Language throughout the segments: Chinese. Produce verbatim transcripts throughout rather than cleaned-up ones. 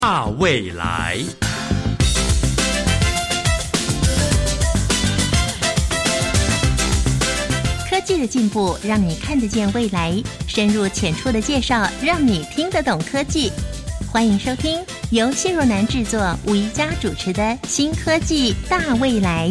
大未来。 科技的进步让你看得见未来，深入浅出的介绍让你听得懂科技。欢迎收听由谢若男制作、吴宜佳主持的新科技大未来。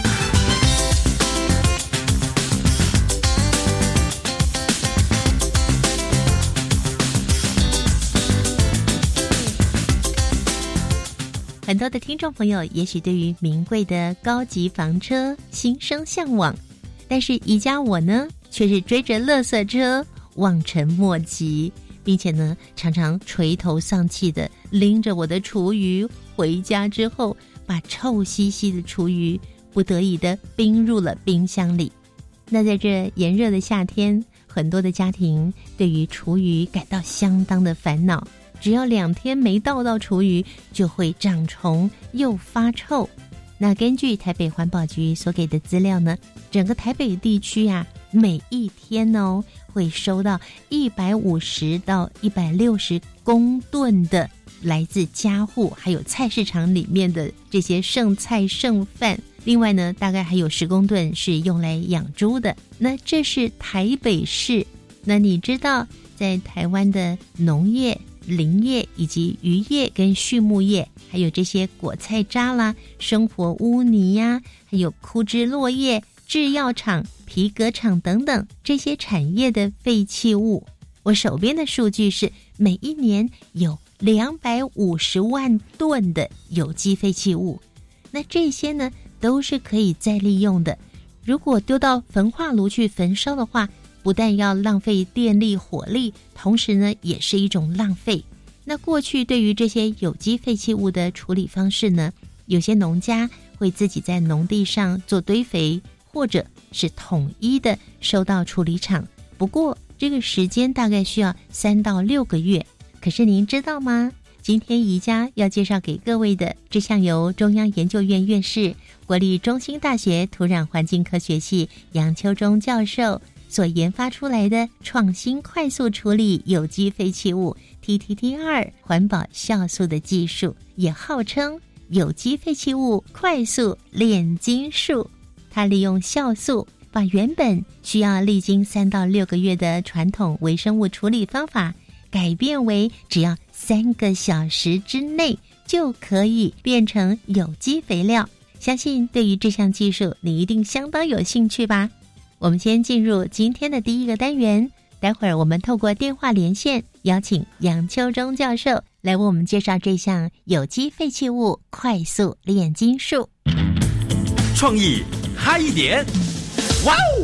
很多的听众朋友也许对于名贵的高级房车心生向往，但是宜家我呢却是追着垃圾车望尘莫及，并且呢常常垂头丧气的拎着我的厨余回家之后，把臭兮兮的厨余不得已的冰入了冰箱里。那在这炎热的夏天，很多的家庭对于厨余感到相当的烦恼，只要两天没倒到厨余就会长虫又发臭。那根据台北环保局所给的资料呢，整个台北地区啊，每一天哦会收到一百五十到一百六十公吨的来自家户还有菜市场里面的这些剩菜剩饭，另外呢大概还有十公吨是用来养猪的。那这是台北市。那你知道在台湾的农业、林业以及渔业跟畜牧业，还有这些果菜渣啦、生活污泥呀、啊，还有枯枝落叶、制药厂、皮革厂等等这些产业的废弃物，我手边的数据是每一年有两百五十万吨的有机废弃物。那这些呢都是可以再利用的，如果丢到焚化炉去焚烧的话，不但要浪费电力火力，同时呢也是一种浪费。那过去对于这些有机废弃物的处理方式呢，有些农家会自己在农地上做堆肥，或者是统一的收到处理厂，不过这个时间大概需要三到六个月。可是您知道吗？今天宜家要介绍给各位的这项由中央研究院院士、国立中兴大学土壤环境科学系杨秋忠教授所研发出来的创新快速处理有机废弃物 T T T 二 环保酵素的技术，也号称有机废弃物快速炼金术。它利用酵素把原本需要历经三到六个月的传统微生物处理方法，改变为只要三个小时之内就可以变成有机肥料。相信对于这项技术你一定相当有兴趣吧。我们先进入今天的第一个单元，待会儿我们透过电话连线，邀请杨秋忠教授来为我们介绍这项有机废弃物快速炼金术。 创意嗨一点，哇哦！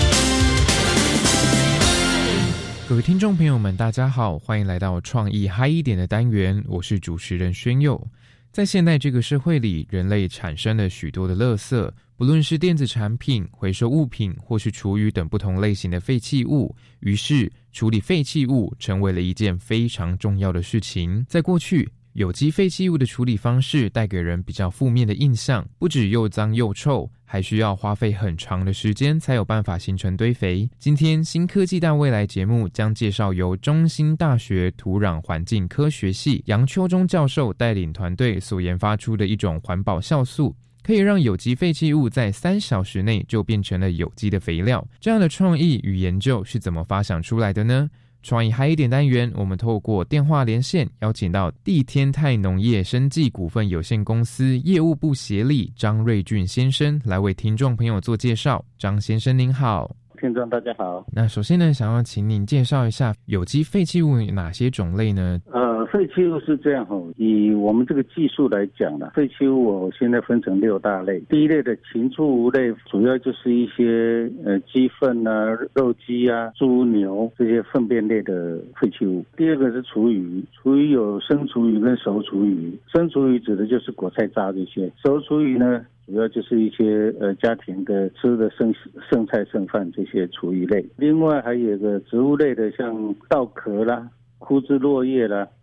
各位听众朋友们大家好，欢迎来到创意嗨一点的单元，我是主持人宣佑。在现代这个社会里，人类产生了许多的垃圾，不论是电子产品、回收物品或是厨余等不同类型的废弃物，于是处理废弃物成为了一件非常重要的事情。在过去，有机废弃物的处理方式带给人比较负面的印象，不止又脏又臭，还需要花费很长的时间才有办法形成堆肥。今天新科技大未来节目将介绍由中兴大学土壤环境科学系杨秋忠教授带领团队所研发出的一种环保酵素，可以让有机废弃物在三小时内就变成了有机的肥料。这样的创意与研究是怎么发想出来的呢？创意嗨一点单元，我们透过电话连线邀请到地天泰农业生技股份有限公司业务部协理张瑞俊先生来为听众朋友做介绍。张先生您好。 听众大家好。 那首先呢，想要请您介绍一下有机废弃物有哪些种类呢？ 呃，废弃物是这样哈，以我们这个技术来讲呢，废弃物我现在分成六大类。第一类的禽畜无类，主要就是一些呃鸡粪啊、肉鸡啊、猪牛这些粪便类的废弃物。第二个是厨余，厨余有生厨余跟熟厨余。生厨余指的就是果菜渣这些，熟厨余呢主要就是一些呃家庭的吃的剩剩菜剩饭这些厨余类。另外还有一个植物类的，像稻壳啦、枯枝落叶啦、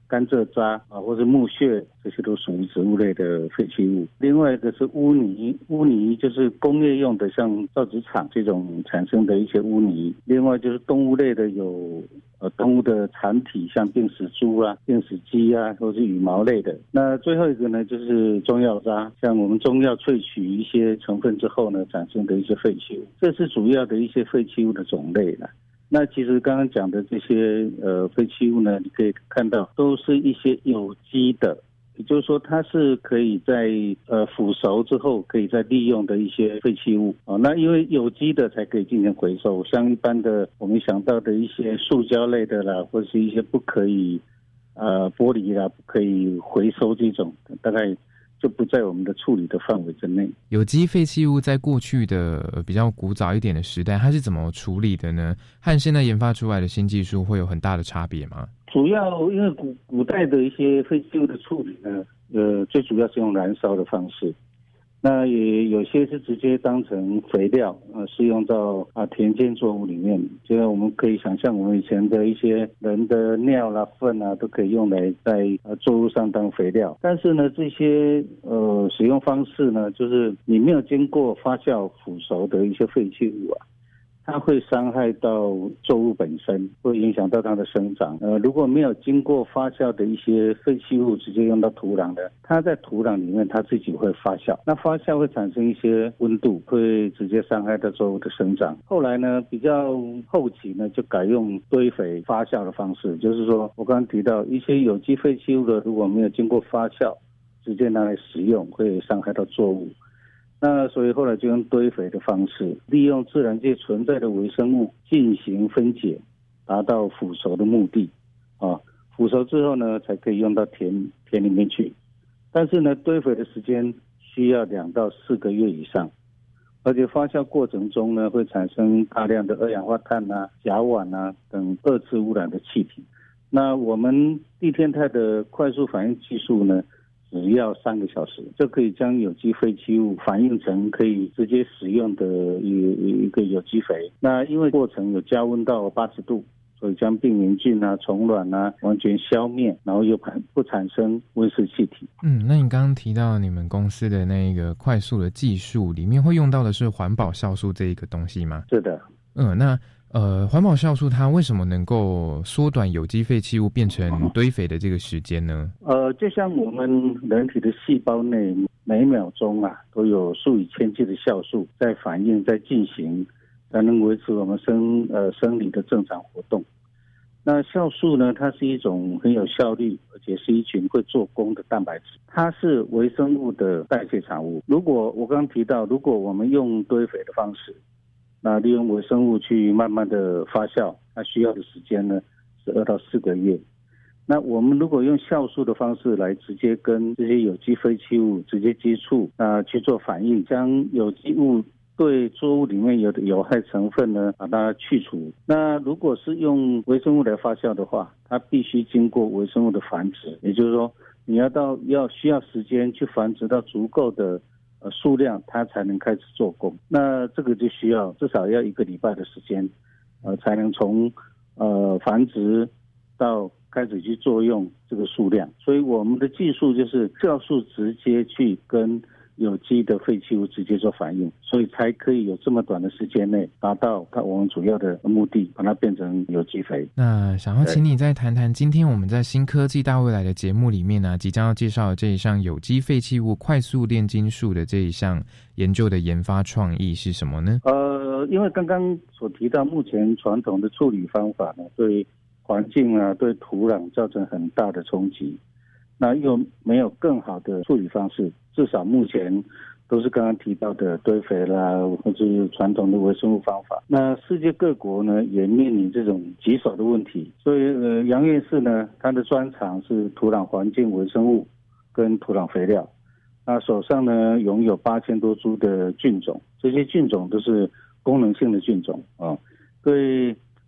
甘蔗渣啊，或是木屑，这些都属于植物类的废弃物。另外一个是污泥，污泥就是工业用的，像造纸厂这种产生的一些污泥。另外就是动物类的有呃动物的残体，像病死猪啊、病死鸡啊，或是羽毛类的。那最后一个呢，就是中药渣，像我们中药萃取一些成分之后呢，产生的一些废弃物，这是主要的一些废弃物的种类了。那其实刚刚讲的这些呃废弃物呢，你可以看到都是一些有机的，也就是说它是可以在呃腐熟之后可以再利用的一些废弃物啊。那因为有机的才可以进行回收，像一般的我们想到的一些塑胶类的啦，或是一些不可以呃玻璃啦不可以回收这种，大概就不在我们的处理的范围之内。 有机废弃物在过去的、呃、比较古早一点的时代，它是怎么处理的呢？和现在研发出来的新技术会有很大的差别吗？ 主要因为古古代的一些废弃物的处理呢，呃，最主要是用燃烧的方式。那也有些是直接当成肥料，呃，适用到啊田间作物里面。就我们可以想象，我们以前的一些人的尿啦、粪啊，都可以用来在呃作物上当肥料。但是呢，这些呃使用方式呢，就是你没有经过发酵腐熟的一些废弃物啊，它会伤害到作物本身，会影响到它的生长。呃，如果没有经过发酵的一些废弃物直接用到土壤的，它在土壤里面它自己会发酵，那发酵会产生一些温度，会直接伤害到作物的生长。后来呢，比较后期呢，就改用堆肥发酵的方式，就是说我刚刚提到一些有机废弃物的，如果没有经过发酵，直接拿来食用，会伤害到作物。那所以后来就用堆肥的方式，利用自然界存在的微生物进行分解，达到腐熟的目的啊。腐熟之后呢，才可以用到田田里面去。但是呢，堆肥的时间需要两到四个月以上，而且发酵过程中呢，会产生大量的二氧化碳啊、甲烷啊等二次污染的气体。那我们地天肽的快速反应技术呢，只要三个小时就可以将有机废弃物反应成可以直接使用的一一个有机肥。那因为过程有加温到八十度，所以将病原菌啊、虫卵啊完全消灭，然后又不产生温室气体。 嗯，那你刚刚提到你们公司的那个快速的技术里面会用到的是环保酵素这一个东西吗？ 是的。 嗯，那呃，环保酵素它为什么能够缩短有机废弃物变成堆肥的这个时间呢？ 呃，就像我们人体的细胞内每秒钟啊都有数以千计的酵素在反应在进行，才能维持我们生呃生理的正常活动。那酵素呢，它是一种很有效率，而且是一群会做工的蛋白质，它是微生物的代谢产物。如果我刚刚提到，如果我们用堆肥的方式，那利用微生物去慢慢的发酵，它需要的时间呢是二到四个月。那我们如果用酵素的方式来直接跟这些有机废弃物直接接触，那去做反应，将有机物对作物里面有的有害成分呢把它去除。那如果是用微生物来发酵的话，它必须经过微生物的繁殖，也就是说你要到要需要时间去繁殖到足够的呃数量，它才能开始做工。那这个就需要至少要一个礼拜的时间，呃，才能从呃繁殖到开始去作用这个数量。所以我们的技术就是酵素直接去跟有机的废弃物直接做反应，所以才可以有这么短的时间内达到它我们主要的目的，把它变成有机肥。 那想要请你再谈谈今天我们在新科技大未来的节目里面呢、啊，即将要介绍的这一项有机废弃物快速炼金术的这一项研究的研发创意是什么呢？ 呃，因为刚刚所提到，目前传统的处理方法呢，对环境啊、对土壤造成很大的冲击。那又没有更好的处理方式，至少目前都是刚刚提到的堆肥啦，或者是传统的微生物方法。那世界各国呢也面临这种棘手的问题，所以呃，杨院士呢，他的专长是土壤环境微生物跟土壤肥料。那手上呢拥有八千多株的菌种，这些菌种都是功能性的菌种啊，对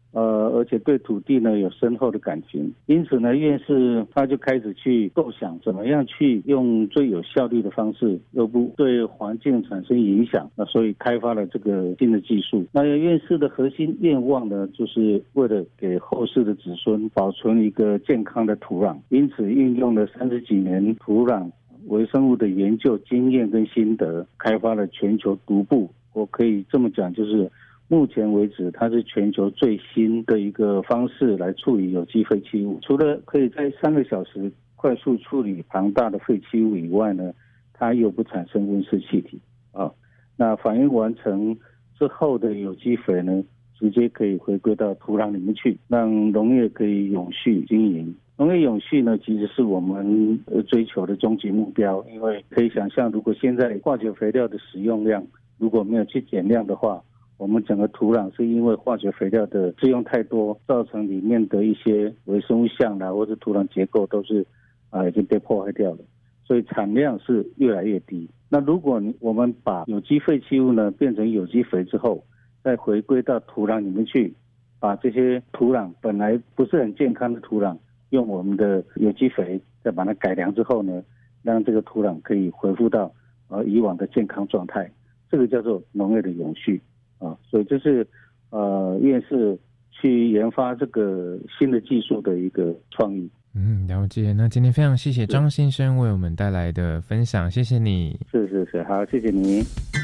呃，而且对土地呢有深厚的感情，因此呢，院士他就开始去构想怎么样去用最有效率的方式，又不对环境产生影响，那所以开发了这个新的技术。那院士的核心愿望呢，就是为了给后世的子孙保存一个健康的土壤，因此运用了三十几年土壤微生物的研究经验跟心得，开发了全球独步，我可以这么讲，就是目前为止，它是全球最新的一个方式来处理有机废弃物。除了可以在三个小时快速处理庞大的废弃物以外呢，它又不产生温室气体啊。那反应完成之后的有机肥呢，直接可以回归到土壤里面去，让农业可以永续经营。农业永续呢，其实是我们追求的终极目标，因为可以想象，如果现在化学肥料的使用量如果没有去减量的话，我们整个土壤是因为化学肥料的使用太多，造成里面的一些微生物相啦，或者土壤结构都是啊、呃、已经被破坏掉了，所以产量是越来越低。那如果我们把有机废弃物呢变成有机肥之后，再回归到土壤里面去，把这些土壤本来不是很健康的土壤，用我们的有机肥再把它改良之后呢，让这个土壤可以恢复到呃以往的健康状态，这个叫做农业的永续。啊，所以这是呃院士去研发这个新的技术的一个创意。 嗯，了解。那今天非常谢谢张先生为我们带来的分享，谢谢你。 是是是，好，谢谢你。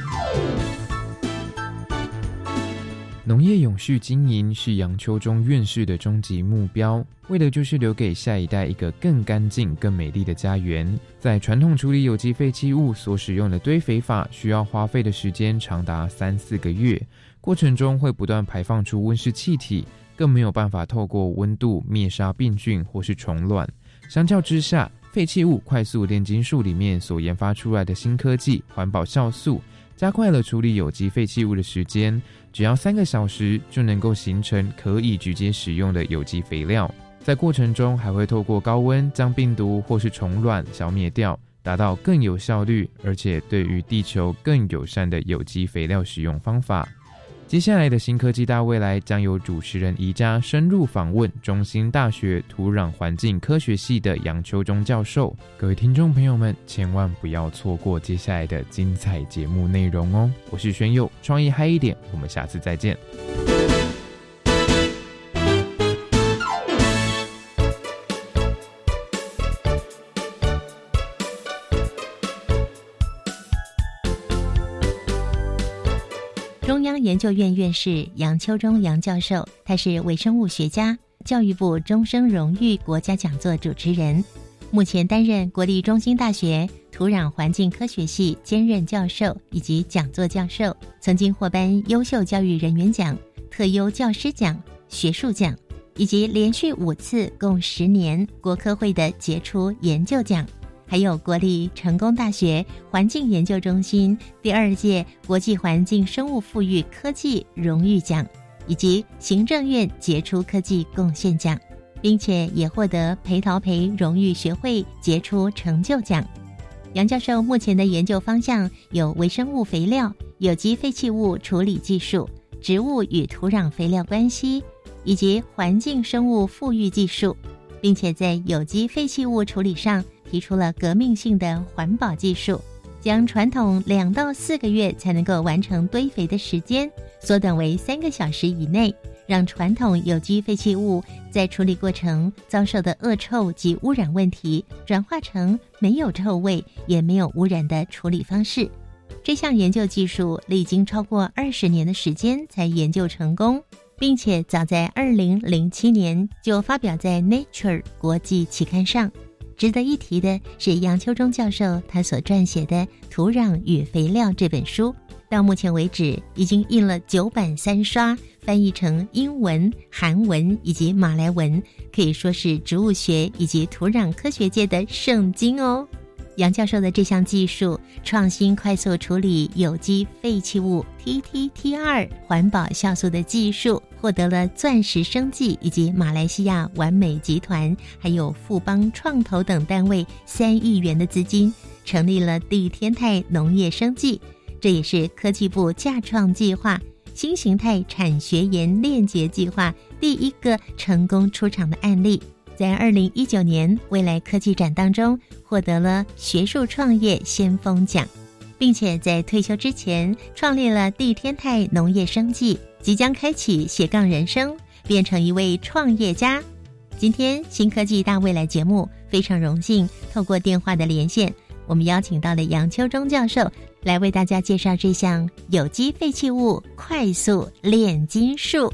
农业永续经营是杨秋中院士的终极目标，为的就是留给下一代一个更干净、更美丽的家园。在传统处理有机废弃物所使用的堆肥法，需要花费的时间长达三四个月，过程中会不断排放出温室气体，更没有办法透过温度灭杀病菌或是虫卵。相较之下，废弃物快速炼金术里面所研发出来的新科技环保酵素，加快了处理有机废弃物的时间，只要三个小时就能够形成可以直接使用的有机肥料。在过程中还会透过高温将病毒或是虫卵消灭掉，达到更有效率而且对于地球更友善的有机肥料使用方法。接下来的新科技大未来将由主持人宜家深入访问中兴大学土壤环境科学系的杨秋中教授。各位听众朋友们，千万不要错过接下来的精彩节目内容哦！我是宣佑，创意嗨一点，我们下次再见。 中央研究院院士杨秋中杨教授，他是微生物学家，教育部终身荣誉国家讲座主持人，目前担任国立中兴大学土壤环境科学系兼任教授以及讲座教授，曾经获颁优秀教育人员奖、特优教师奖、学术奖，以及连续五次共十年国科会的杰出研究奖，还有国立成功大学环境研究中心第二届国际环境生物富裕科技荣誉奖，以及行政院杰出科技贡献奖，并且也获得裴陶培荣誉学会杰出成就奖。杨教授目前的研究方向有微生物肥料、有机废弃物处理技术、植物与土壤肥料关系，以及环境生物富裕技术，并且在有机废弃物处理上提出了革命性的环保技术，将传统两到四个月才能够完成堆肥的时间缩短为三个小时以内，让传统有机废弃物在处理过程遭受的恶臭及污染问题转化成没有臭味也没有污染的处理方式。这项研究技术历经超过二十年的时间才研究成功，并且早在二零零七年就发表在 Nature 国际期刊上。值得一提的是杨秋中教授他所撰写的《土壤与肥料》这本书，到目前为止已经印了九版三刷，翻译成英文、韩文以及马来文，可以说是植物学以及土壤科学界的圣经哦。杨教授的这项技术创新快速处理有机废弃物 T T T 二 环保酵素的技术，获得了钻石生技以及马来西亚完美集团还有富邦创投等单位三亿元的资金，成立了地天泰农业生技，这也是科技部架创计划新形态产学研链结计划第一个成功出场的案例，在二零一九年未来科技展当中获得了学术创业先锋奖，并且在退休之前创立了地天泰农业生技，即将开启斜杠人生，变成一位创业家。今天新科技大未来节目非常荣幸透过电话的连线，我们邀请到了杨秋忠教授来为大家介绍这项有机废弃物快速炼金术。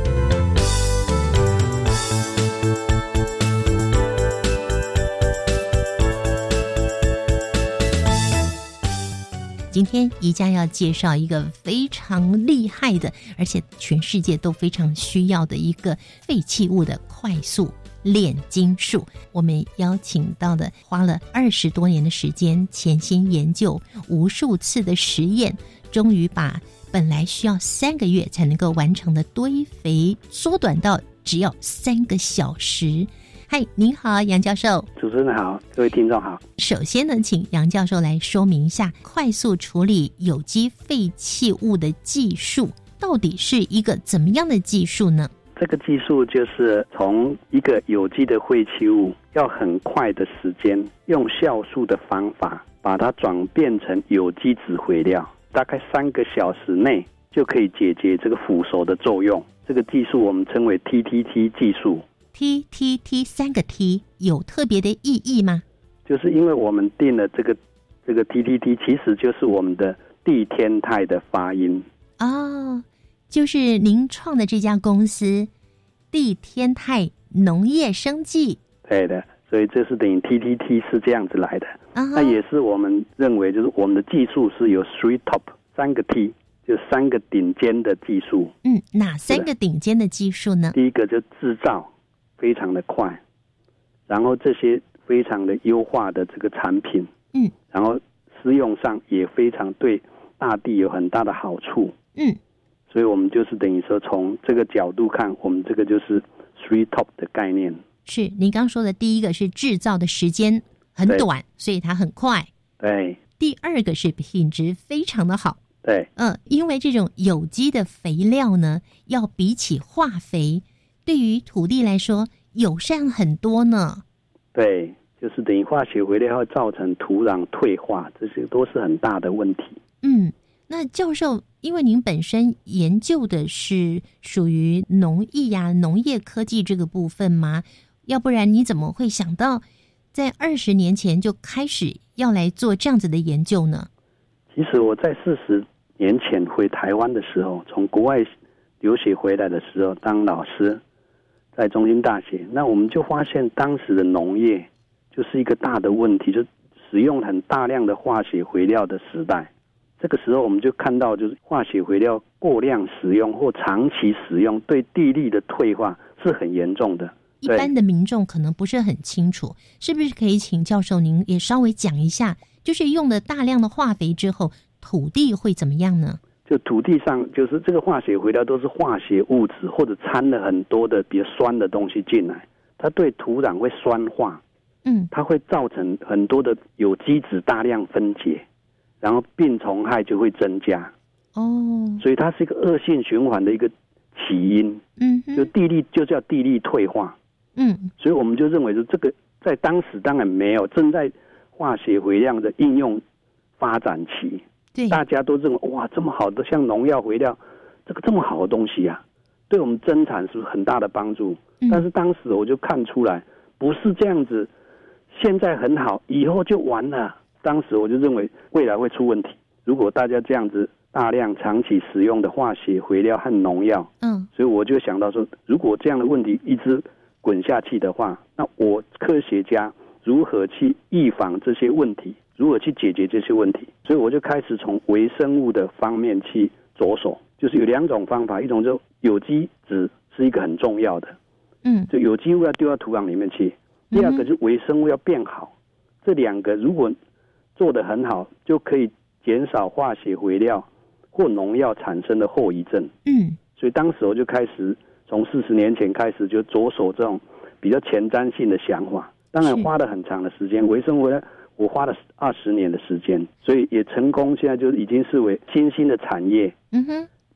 今天宜家要介绍一个非常厉害的，而且全世界都非常需要的一个废弃物的快速炼金术。我们邀请到的花了二十多年的时间，潜心研究无数次的实验，终于把本来需要三个月才能够完成的堆肥缩短到只要三个小时。嗨，您好，杨教授。 主持人好，各位听众好。 首先呢，请杨教授来说明一下快速处理有机废弃物的技术到底是一个怎么样的技术呢？ 这个技术就是从一个有机的废弃物，要很快的时间，用酵素的方法把它转变成有机质肥料，大概三个小时内就可以解决这个腐熟的作用。这个技术我们称为 T T T 技术。 T T T 三个 T 有特别的意义吗？ 就是因为我们定了这个这个 T T T， 其实就是我们的地天泰的发音哦，就是您创的这家公司地天泰农业生技。 对的，所以这是等于 T T T 是这样子来的。Uh-huh. 那也是我们认为就是我们的技术是有 three top 三个 T， 就三个顶尖的技术。 嗯，哪三个顶尖的技术呢？ 第一个就制造非常的快，然后这些非常的优化的这个产品，嗯，然后使用上也非常对大地有很大的好处，嗯，所以我们就是等于说从这个角度看，我们这个就是 three top 的概念。 是您刚说的第一个是制造的时间很短，所以它很快。 对。 第二个是品质非常的好。 对。 嗯、呃，因为这种有机的肥料呢，要比起化肥，对于土地来说友善很多呢。 对，就是等于化学肥料会造成土壤退化，这些都是很大的问题。 嗯，那教授，因为您本身研究的是属于农艺呀、农业科技这个部分吗？要不然你怎么会想到在二十年前就开始要来做这样子的研究呢？ 其实我在四十年前回台湾的时候，从国外留学回来的时候当老师，在中兴大学，那我们就发现当时的农业就是一个大的问题，就使用很大量的化学肥料的时代。这个时候我们就看到，就是化学肥料过量使用或长期使用对地力的退化是很严重的。 一般的民众可能不是很清楚，是不是可以请教授您也稍微讲一下，就是用了大量的化肥之后土地会怎么样呢？ 就土地上，就是这个化学肥料都是化学物质或者掺了很多的比较酸的东西进来，它对土壤会酸化，嗯，它会造成很多的有机质大量分解，然后病虫害就会增加。哦，所以它是一个恶性循环的一个起因。嗯，就地力就叫地力退化。嗯，所以我们就认为说，这个在当时当然没有，正在化学肥料的应用发展期。对，大家都认为哇，这么好的像农药肥料，这个这么好的东西啊，对我们增产是不是很大的帮助？嗯，但是当时我就看出来不是这样子，现在很好，以后就完了。当时我就认为未来会出问题，如果大家这样子大量长期使用的化学肥料和农药，嗯，所以我就想到说，如果这样的问题一直滚下去的话，那我科学家如何去预防这些问题，如何去解决这些问题？所以我就开始从微生物的方面去着手，就是有两种方法，一种就有机质是一个很重要的，嗯，就有机物要丢到土壤里面去；第二个就是微生物要变好，这两个如果做得很好，就可以减少化学肥料或农药产生的后遗症。嗯，所以当时我就开始从四十年前开始就着手这种比较前瞻性的想法，当然花了很长的时间，微生物呢我花了二十年的时间，所以也成功，现在就已经视为新兴的产业。嗯哼，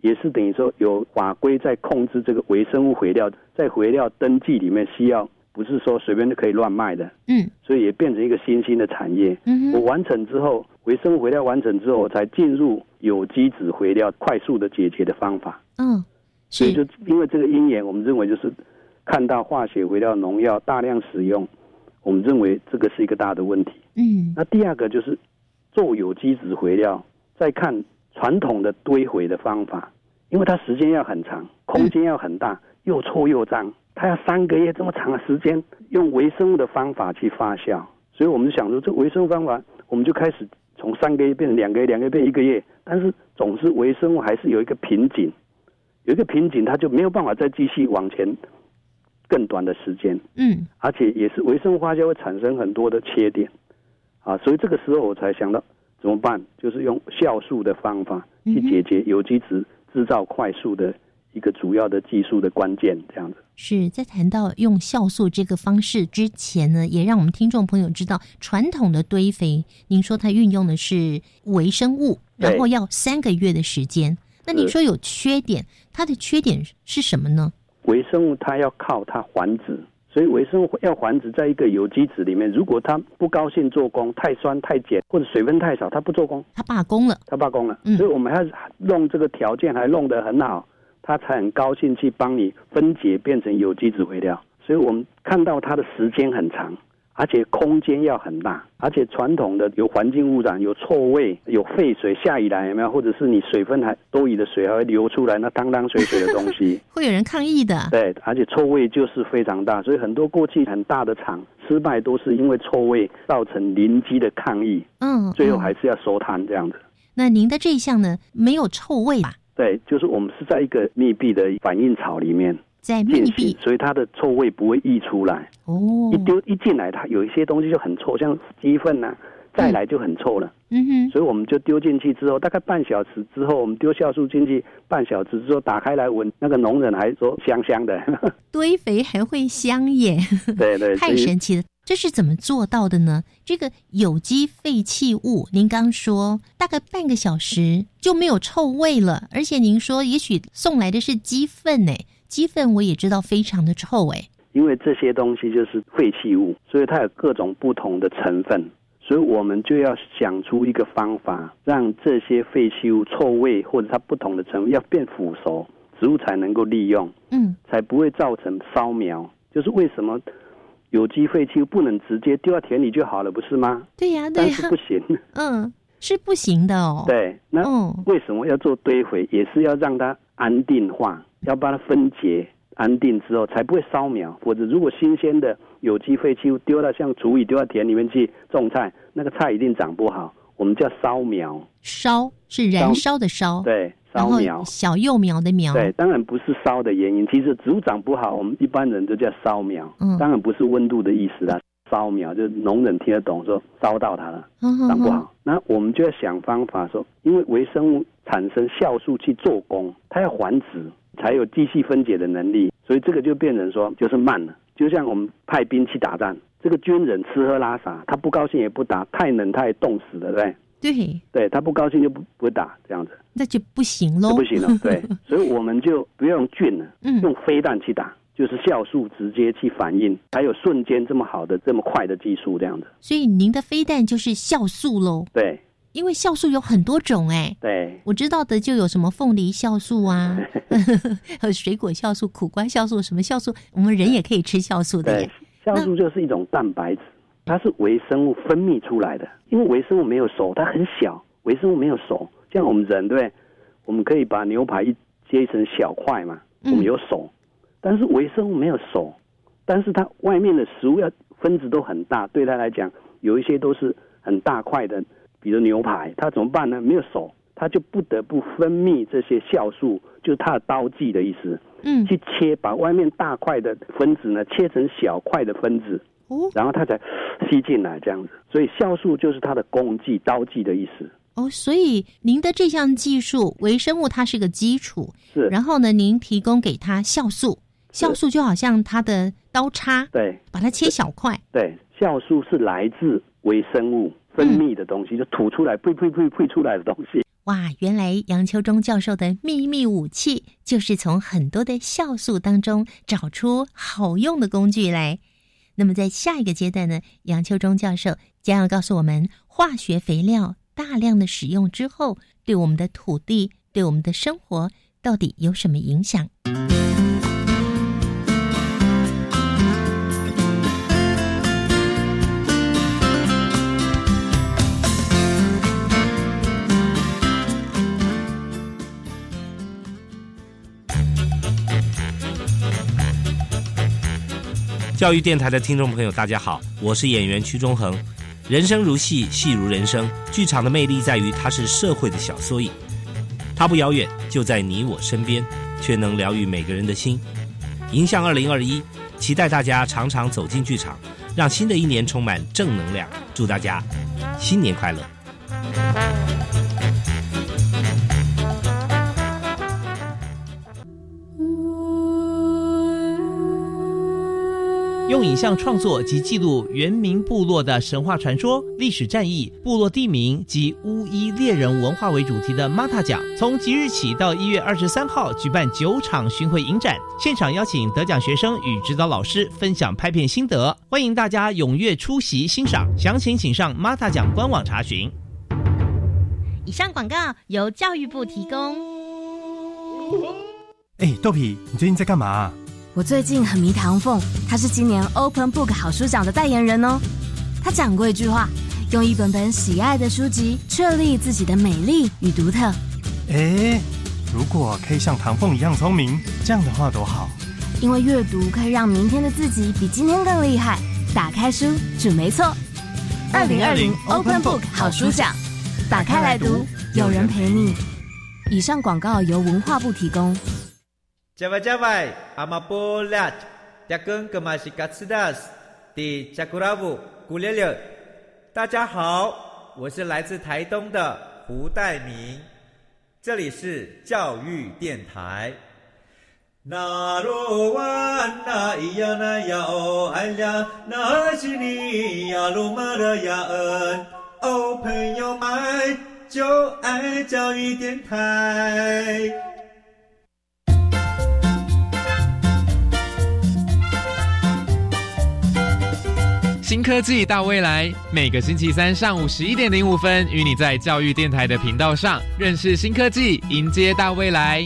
也是等于说有法规在控制这个微生物肥料，在肥料登记里面需要不是说随便就可以乱卖的， 嗯， 所以也变成一个新兴的产业。 嗯， 我完成之后，微生物肥料完成之后，我才进入有机质肥料快速的解决的方法。 嗯， 所以就因为这个因缘，我们认为就是看到化学肥料、农药大量使用，我们认为这个是一个大的问题。 嗯， 那第二个就是做有机质肥料，再看传统的堆肥的方法，因为它时间要很长，空间要很大，又臭又脏，它要三个月这么长的时间用微生物的方法去发酵，所以我们就想说这微生物方法，我们就开始从三个月变成两个月，两个月变一个月，但是总是微生物还是有一个瓶颈，有一个瓶颈，它就没有办法再继续往前更短的时间。 嗯， 而且也是微生物发酵会产生很多的缺点啊，所以这个时候我才想到怎么办，就是用酵素的方法去解决有机质制造快速的一个主要的技术的关键，这样子。 是在谈到用酵素这个方式之前呢，也让我们听众朋友知道，传统的堆肥，您说它运用的是微生物，然后要三个月的时间。那你说有缺点，它的缺点是什么呢？ 微生物它要靠它繁殖，所以微生物要繁殖在一个有机质里面，如果它不高兴做工，太酸太碱或者水分太少，它不做工， 它罢工了， 它罢工了。 嗯， 所以我们还弄这个条件还弄得很好，它才很高兴去帮你分解变成有机质肥料。所以我们看到它的时间很长，而且空间要很大，而且传统的有环境污染，有臭味，有废水，下雨来有没有，或者是你水分还多余的水还会流出来，那汤汤水水的东西会有人抗议的。 对，而且臭味就是非常大，所以很多过去很大的厂失败都是因为臭味造成邻居的抗议， 嗯， 最后还是要收摊这样子。 那您的这一项呢，没有臭味吧？ 对，就是我们是在一个密闭的反应槽里面在密闭， 所以它的臭味不会溢出来。 哦， 一丢一进来，它有一些东西就很臭，像鸡粪啊，再来就很臭了。 嗯哼， 所以我们就丢进去之后，大概半小时之后，我们丢酵素进去，半小时之后打开来闻，那个农人还说香香的。 堆肥还会香耶？ 对对， 太神奇了。这是怎么做到的呢？这个有机废弃物，您刚说大概半个小时就没有臭味了，而且您说也许送来的是鸡粪呢，鸡粪我也知道非常的臭哎。 因为这些东西就是废弃物，所以它有各种不同的成分，所以我们就要想出一个方法，让这些废弃物臭味或者它不同的成分要变腐熟，植物才能够利用， 嗯， 才不会造成烧苗。就是为什么有机废弃物不能直接丢到田里就好了，不是吗？ 对呀、啊，对呀、啊， 但是不行， 嗯，是不行的哦。 对，那为什么要做堆肥？也是要让它安定化，要把它分解。安定之后才不会烧苗，否则如果新鲜的有机废弃物丢到像厨余丢到田里面去种菜，那个菜一定长不好。我们叫烧苗， 烧是燃烧的烧， 对，烧苗， 小幼苗的苗， 对，当然不是烧的原因，其实植物长不好，我们一般人都叫烧苗， 嗯， 当然不是温度的意思啦，烧苗就是农人听得懂，说烧到它了， 嗯、 长不好，那我们就要想方法说，因为微生物产生酵素去做工，它要繁殖。才有继续分解的能力，所以这个就变成说就是慢了。就像我们派兵去打仗，这个军人吃喝拉撒，他不高兴也不打，太冷他也冻死了，对不对？ 对， 对他不高兴就不不会打，这样子那就不行咯， 就不行了。对，所以我们就不要用菌了， 嗯， 用飞弹去打，就是酵素直接去反应，还有瞬间这么好的这么快的技术，这样子。 所以您的飞弹就是酵素咯。 对。 因为酵素有很多种哎， 对， 我知道的就有什么凤梨酵素啊，还有水果酵素、苦瓜酵素，什么酵素，我们人也可以吃酵素的耶。 酵素就是一种蛋白质，它是微生物分泌出来的。因为微生物没有熟，它很小，微生物没有熟，像我们人对不对？我们可以把牛排一切成小块嘛，我们有熟，嗯、但是微生物没有熟，但是它外面的食物要分子都很大，对它来讲，有一些都是很大块的。比如牛排，它怎么办呢？没有熟，它就不得不分泌这些酵素，就是它的刀剂的意思。 嗯， 去切，把外面大块的分子呢切成小块的分子， 哦， 然后它才吸进来这样子。所以酵素就是它的工具、刀剂的意思。 哦，所以您的这项技术，微生物它是个基础， 是。 然后呢，您提供给它酵素，酵素就好像它的刀叉， 对， 把它切小块。 对，酵素是来自微生物分泌的东西，嗯、就吐出来、呸呸呸呸出来的东西。 哇，原来杨秋忠教授的秘密武器就是从很多的酵素当中找出好用的工具来。那么在下一个阶段呢，杨秋忠教授将要告诉我们，化学肥料大量的使用之后，对我们的土地、对我们的生活到底有什么影响？ 教育电台的听众朋友大家好，我是演员屈中恒。人生如戏，戏如人生，剧场的魅力在于它是社会的小缩影，它不遥远，就在你我身边，却能疗愈每个人的心。迎向二零二一，期待大家常常走进剧场，让新的一年充满正能量。祝大家新年快乐！ 用影像创作及记录原民部落的神话传说、历史战役、部落地名及巫医猎人文化为主题的 M A T A 奖，从即日起到一月二十三号举办九场巡回影展，现场邀请得奖学生与指导老师分享拍片心得，欢迎大家踊跃出席欣赏，详情请上 M A T A 奖官网查询。 以上广告由教育部提供。 哎，豆皮，你最近在干嘛啊？ 我最近很迷唐凤，他是今年 Open Book 好书奖的代言人哦。他讲过一句话，用一本本喜爱的书籍确立自己的美丽与独特。 哎，如果可以像唐凤一样聪明，这样的话多好。 因为阅读可以让明天的自己比今天更厉害。打开书准没错。二零二零 Open Book 好书奖，打开来读，有人陪你。以上广告由文化部提供。 Jawai-jawai, amapolat, yakun kemashikatsidas, di Jakuravu, Gulele。大家好，我是来自台东的胡代明，这里是教育电台。那罗哇那咿呀那呀哦哎呀，那是你呀鲁玛的呀恩哦，朋友们就爱教育电台。 新科技大未来，每个星期三上午十一点零五分，与你在教育电台的频道上认识新科技，迎接大未来。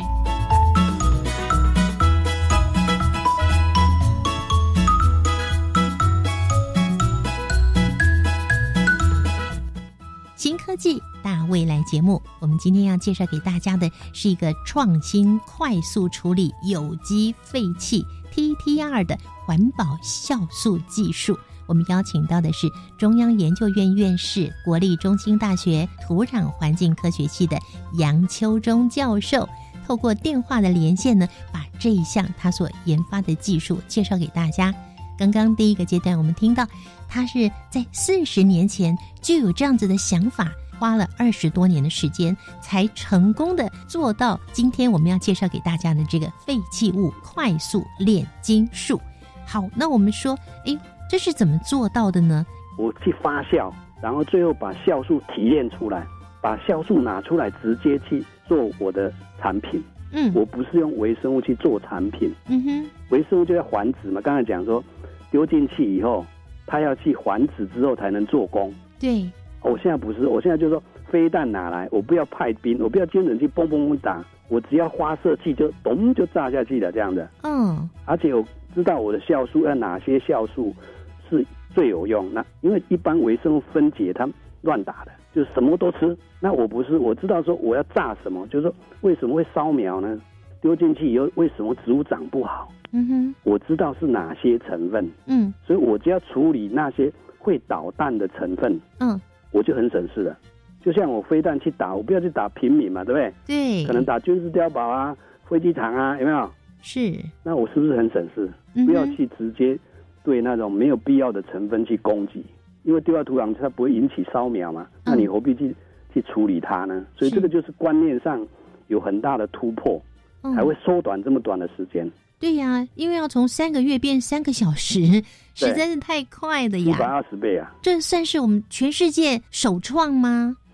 新科技大未来节目，我们今天要介绍给大家的是一个创新快速处理有机废气 T T R 的环保酵素技术。我们邀请到的是中央研究院院士、国立中兴大学土壤环境科学系的杨秋忠教授，透过电话的连线呢，把这一项他所研发的技术介绍给大家。刚刚第一个阶段我们听到他是在四十年前就有这样子的想法，花了二十多年的时间才成功的做到今天我们要介绍给大家的这个废弃物快速炼金术。好，那我们说诶这是怎么做到的呢？ 我去发酵，然后最后把酵素提炼出来，把酵素拿出来直接去做我的产品。嗯，我不是用微生物去做产品。嗯哼，微生物就要繁殖嘛，刚才讲说丢进去以后它要去繁殖之后才能做工。 对， 我现在不是，我现在就说飞弹拿来，我不要派兵，我不要军人去蹦蹦蹦打，我只要发射器就咚就炸下去了这样的。嗯，而且我知道我的酵素要哪些酵素是最有用。那因为一般微生物分解它乱打的，就是什么都吃。那我不是，我知道说我要炸什么，就是说为什么会烧苗呢？丢进去以后为什么植物长不好？嗯哼，我知道是哪些成分。嗯，所以我只要处理那些会导弹的成分，嗯，我就很省事了。就像我飞弹去打，我不要去打平民嘛，对不对？ 对， 可能打军事碉堡啊、飞机场啊，有没有？ 是。那我是不是很省事？嗯、不要去直接对那种没有必要的成分去攻击，因为丢到土壤它不会引起烧苗嘛，嗯、那你何必去去处理它呢？所以这个就是观念上有很大的突破，才会缩短这么短的时间。 对呀、啊，因为要从三个月变三个小时，实在是太快的呀， 一百二十倍啊！ 这算是我们全世界首创吗？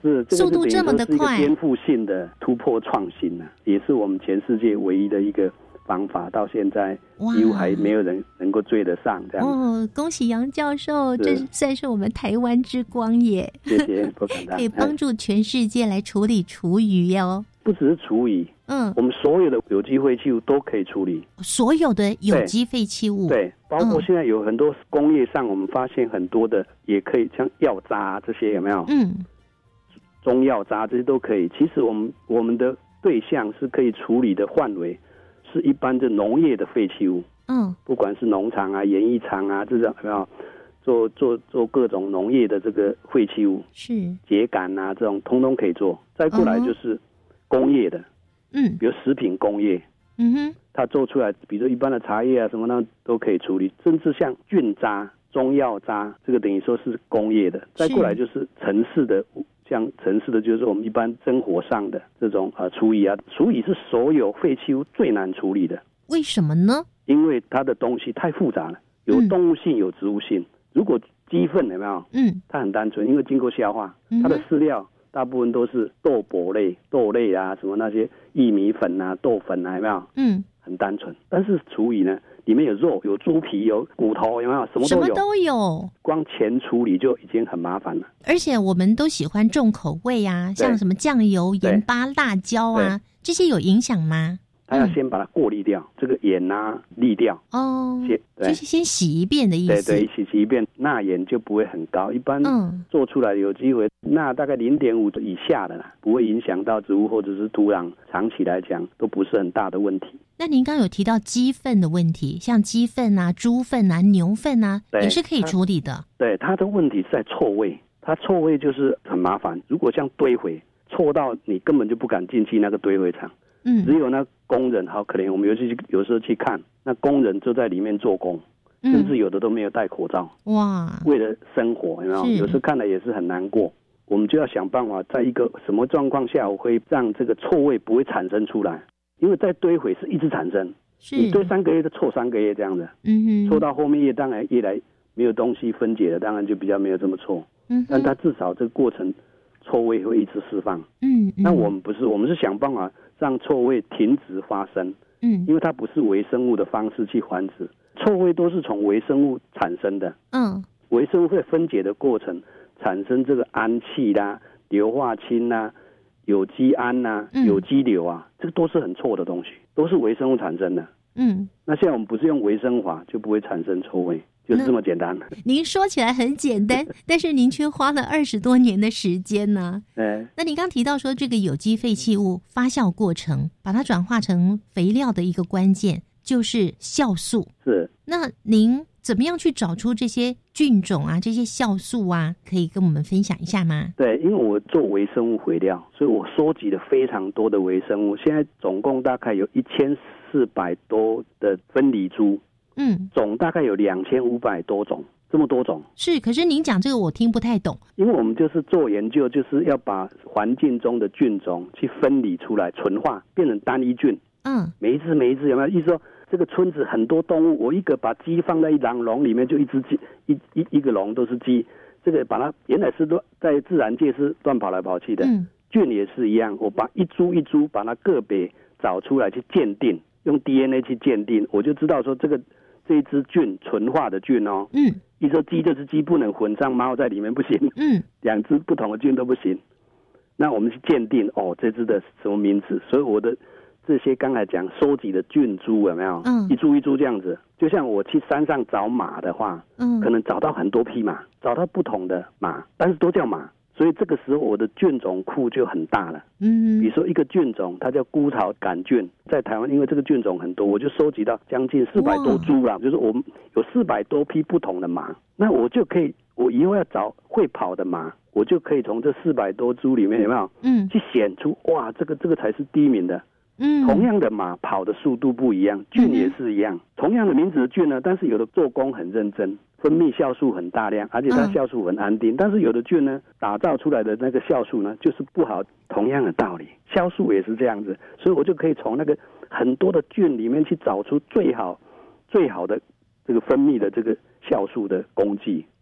是、这个、 速度这么的快， 是一个颠覆性的突破创新啊，也是我们全世界唯一的一个方法，到现在几乎还没有人能够追得上这样。 哦，恭喜杨教授，这算是我们台湾之光耶！ 谢谢，不敢当。 可以帮助全世界来处理厨余哦。 不只是厨余，嗯，我们所有的有机废弃物都可以处理。 所有的有机废弃物， 对，对，包括现在有很多工业上，我们发现很多的也可以，像药渣这些有没有？嗯，中药渣这些都可以。其实我们我们的对象是可以处理的范围，是一般的农业的废弃物。嗯，不管是农场啊、演艺场啊这种有没有？做做做各种农业的这个废弃物，是秸秆啊这种，通通可以做。再过来就是工业的，嗯，比如食品工业，嗯哼，它做出来，比如说一般的茶叶啊什么呢都可以处理，甚至像菌渣、中药渣，这个等于说是工业的。再过来就是城市的，像城市的就是我们一般生活上的这种呃厨余啊，厨余是所有废弃物最难处理的。 为什么呢？ 因为它的东西太复杂了，有动物性，有植物性。如果鸡粪有没有？嗯，它很单纯，因为经过消化，它的饲料大部分都是豆粕类、豆类啊，什么那些薏米粉啊、豆粉啊，有没有？嗯，很单纯。但是厨余呢，里面有肉、有猪皮、有骨头，有没有？什么都有。什么都有。光前处理就已经很麻烦了。 而且我们都喜欢重口味啊，像什么酱油、盐巴、辣椒啊，这些有影响吗？ 他要先把它过滤掉，嗯、这个盐啊沥掉哦， 就是先洗一遍的意思。 对对，洗洗一遍，钠盐就不会很高。一般做出来有机会钠大概零点五以下的啦，不会影响到植物或者是土壤，长期来讲都不是很大的问题。 那您刚刚有提到鸡粪的问题，像鸡粪啊、猪粪啊、牛粪啊，也是可以处理的。 对，它的问题是在臭味，它臭味就是很麻烦。如果像堆肥，臭到你根本就不敢进去那个堆肥场。嗯，只有那工人好可怜，我们尤其有时候去看，那工人就在里面做工，嗯、甚至有的都没有戴口罩。哇，为了生活，有没有？有时候看了也是很难过。我们就要想办法，在一个什么状况下，我会让这个臭味不会产生出来？因为在堆肥是一直产生，你堆三个月就臭三个月这样子，嗯哼，臭到后面越当然越来没有东西分解了，当然就比较没有这么臭。嗯，但它至少这个过程臭味会一直释放。嗯，嗯那我们不是，我们是想办法让臭味停止发生，嗯，因为它不是微生物的方式去繁殖，臭味都是从微生物产生的，嗯，微生物会分解的过程产生这个氨气啦、硫化氢啦、有机胺啦、嗯、有机硫啊，这个都是很臭的东西，都是微生物产生的，嗯，那现在我们不是用微生法就不会产生臭味。就是这么简单。 您说起来很简单，但是您却花了二十多年的时间呢。对。那您刚提到说，这个有机废弃物发酵过程，把它转化成肥料的一个关键就是酵素。 是。 那您怎么样去找出这些菌种啊、这些酵素啊？可以跟我们分享一下吗？ 对，因为我做微生物肥料，所以我收集了非常多的微生物。现在总共大概有一千四百多的分离株。嗯，种大概有两千五百多种，这么多种。 是，可是您讲这个我听不太懂。 因为我们就是做研究，就是要把环境中的菌种去分离出来，纯化，变成单一菌。嗯，每一只每一只有没有？意思说，这个村子很多动物，我一个把鸡放在一狼笼里面，就一只鸡，一一一个笼都是鸡。这个把它原来是乱在自然界是乱跑来跑去的，嗯，菌也是一样。我把一株一株把它个别找出来去鉴定，用 D N A 去鉴定，我就知道说这个。这一只菌纯化的菌哦，嗯，一只鸡这只鸡不能混上猫在里面不行，嗯，两只不同的菌都不行。那我们去鉴定哦，这只的什么名字？所以我的这些刚才讲收集的菌株有没有？嗯，一株一株这样子，就像我去山上找马的话，嗯，可能找到很多匹马，找到不同的马，但是都叫马。所以这个时候我的菌种库就很大了，嗯，比如说一个菌种它叫孤草杆菌，在台湾因为这个菌种很多，我就收集到将近四百多株了，就是我们有四百多匹不同的马，那我就可以，我以后要找会跑的马，我就可以从这四百多株里面有没有，嗯，去选出哇，这个这个才是第一名的。嗯，同样的马跑的速度不一样，菌也是一样，嗯、同样的名字的菌呢，但是有的做工很认真，分泌酵素很大量，而且它酵素很安定，嗯、但是有的菌呢，打造出来的那个酵素呢，就是不好。同样的道理，酵素也是这样子，所以我就可以从那个很多的菌里面去找出最好、最好的这个分泌的这个酵素的工具。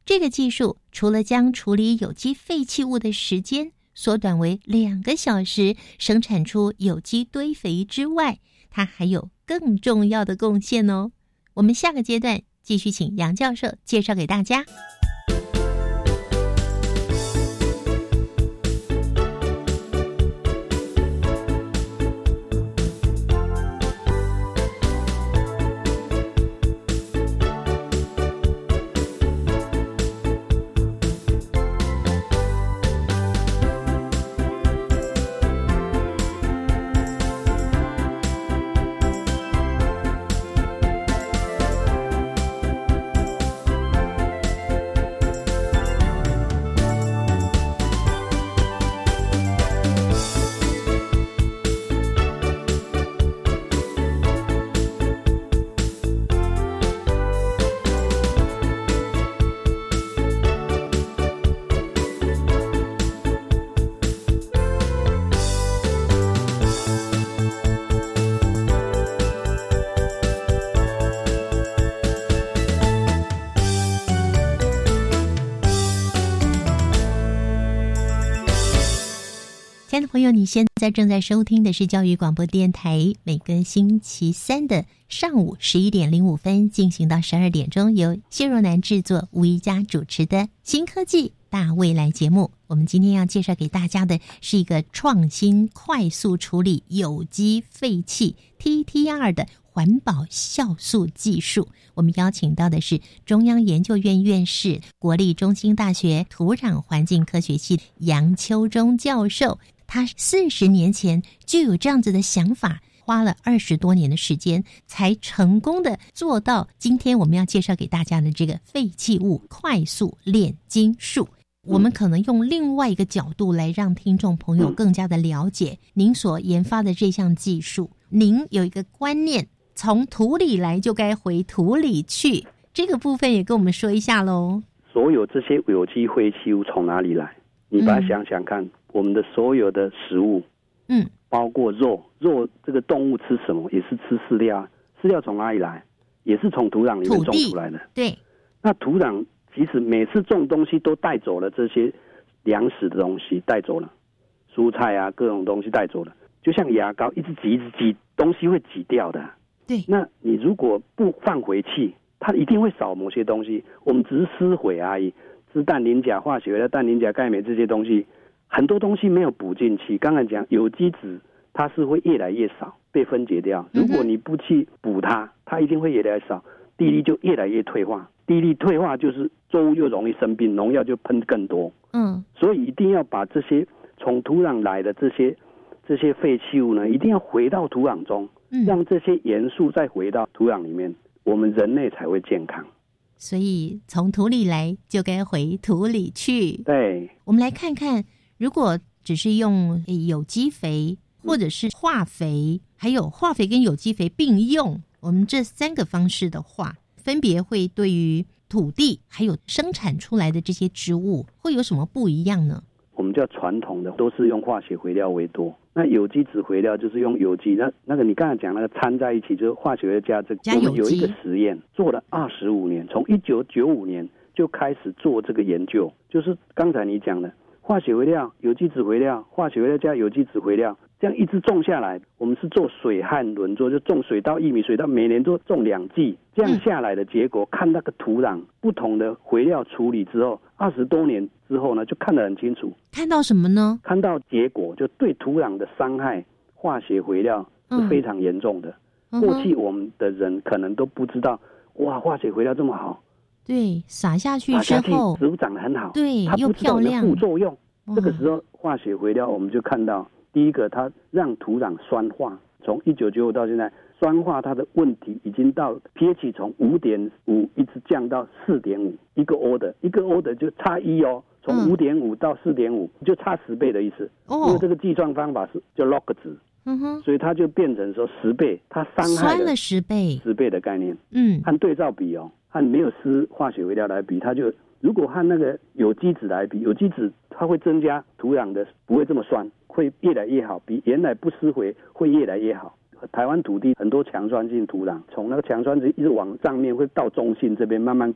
这个技术除了将处理有机废弃物的时间缩短为两个小时，生产出有机堆肥之外，它还有更重要的贡献哦。我们下个阶段继续请杨教授介绍给大家。亲爱的朋友，你现在正在收听的是教育广播电台，每个星期三的上午十一点零五分进行到十二点钟，由谢若楠制作、吴一佳主持的新科技大未来节目。我们今天要介绍给大家的是一个创新快速处理有机废气 T T R 的环保酵素技术。我们邀请到的是中央研究院院士、国立中兴大学土壤环境科学系杨秋忠教授。他四十年前就有这样子的想法，花了二十多年的时间才成功的做到今天我们要介绍给大家的这个废弃物快速炼金术。我们可能用另外一个角度来让听众朋友更加的了解您所研发的这项技术。您有一个观念，从土里来就该回土里去，这个部分也跟我们说一下咯。 所有这些有机废弃物从哪里来？你把它想想看，嗯，我们的所有的食物，嗯，包括肉，肉这个动物吃什么？也是吃饲料，饲料从哪里来？也是从土壤里面种出来的。 对， 那土壤其实每次种东西都带走了这些粮食的东西，带走了蔬菜啊，各种东西带走了，就像牙膏一直挤一直挤，东西会挤掉的。 对， 那你如果不放回去，它一定会少某些东西，我们只是施毁而已。是氮磷钾化学的氮磷钾钙镁这些东西，很多东西没有补进去。刚才讲有机质，它是会越来越少被分解掉。如果你不去补它，它一定会越来越少，地力就越来越退化。地力退化就是作物又容易生病，农药就喷更多。嗯，所以一定要把这些从土壤来的这些这些废弃物呢，一定要回到土壤中，让这些元素再回到土壤里面，我们人类才会健康。 所以从土里来就该回土里去。 对， 我们来看看，如果只是用有机肥或者是化肥，还有化肥跟有机肥并用，我们这三个方式的话，分别会对于土地还有生产出来的这些植物会有什么不一样呢？ 我们叫传统的都是用化学肥料为多，那有机质肥料就是用有机，那那个你刚才讲那个掺在一起，就是化学加这个。 加有机。 我们有一个实验做了二十五年，从一九九五年就开始做这个研究，就是刚才你讲的化学肥料、有机质肥料、化学肥料加有机质肥料，这样一直种下来。我们是做水旱轮作，就种水稻、玉米、水稻，每年都种两季，这样下来的结果，嗯、看那个土壤不同的肥料处理之后，二十多年之后呢，就看得很清楚。 看到什么呢？ 看到结果，就对土壤的伤害，化学肥料是非常严重的。嗯、过去我们的人可能都不知道，哇，化学肥料这么好。 对，撒下去之后， 植物长得很好， 对， 它不知道有副作用。这个时候，化学肥料我们就看到，第一个，它让土壤酸化，从一九九五到现在，酸化它的问题已经到 pH 从五点五一直降到四点五，一个 order， 一个 order 就差一哦，从五点五到四点五，就差十倍的意思。哦，因为这个计算方法是叫 log 值。嗯哼，所以它就变成说十倍，它伤害了十倍， 十倍的概念。 嗯， 和对照比哦，和没有施化学肥料来比，它就如果和那个有机质来比，有机质它会增加土壤的不会这么酸，会越来越好，比原来不施肥会越来越好。台湾土地很多强酸性土壤，从那个强酸值一直往上面会到中性这边慢慢过来，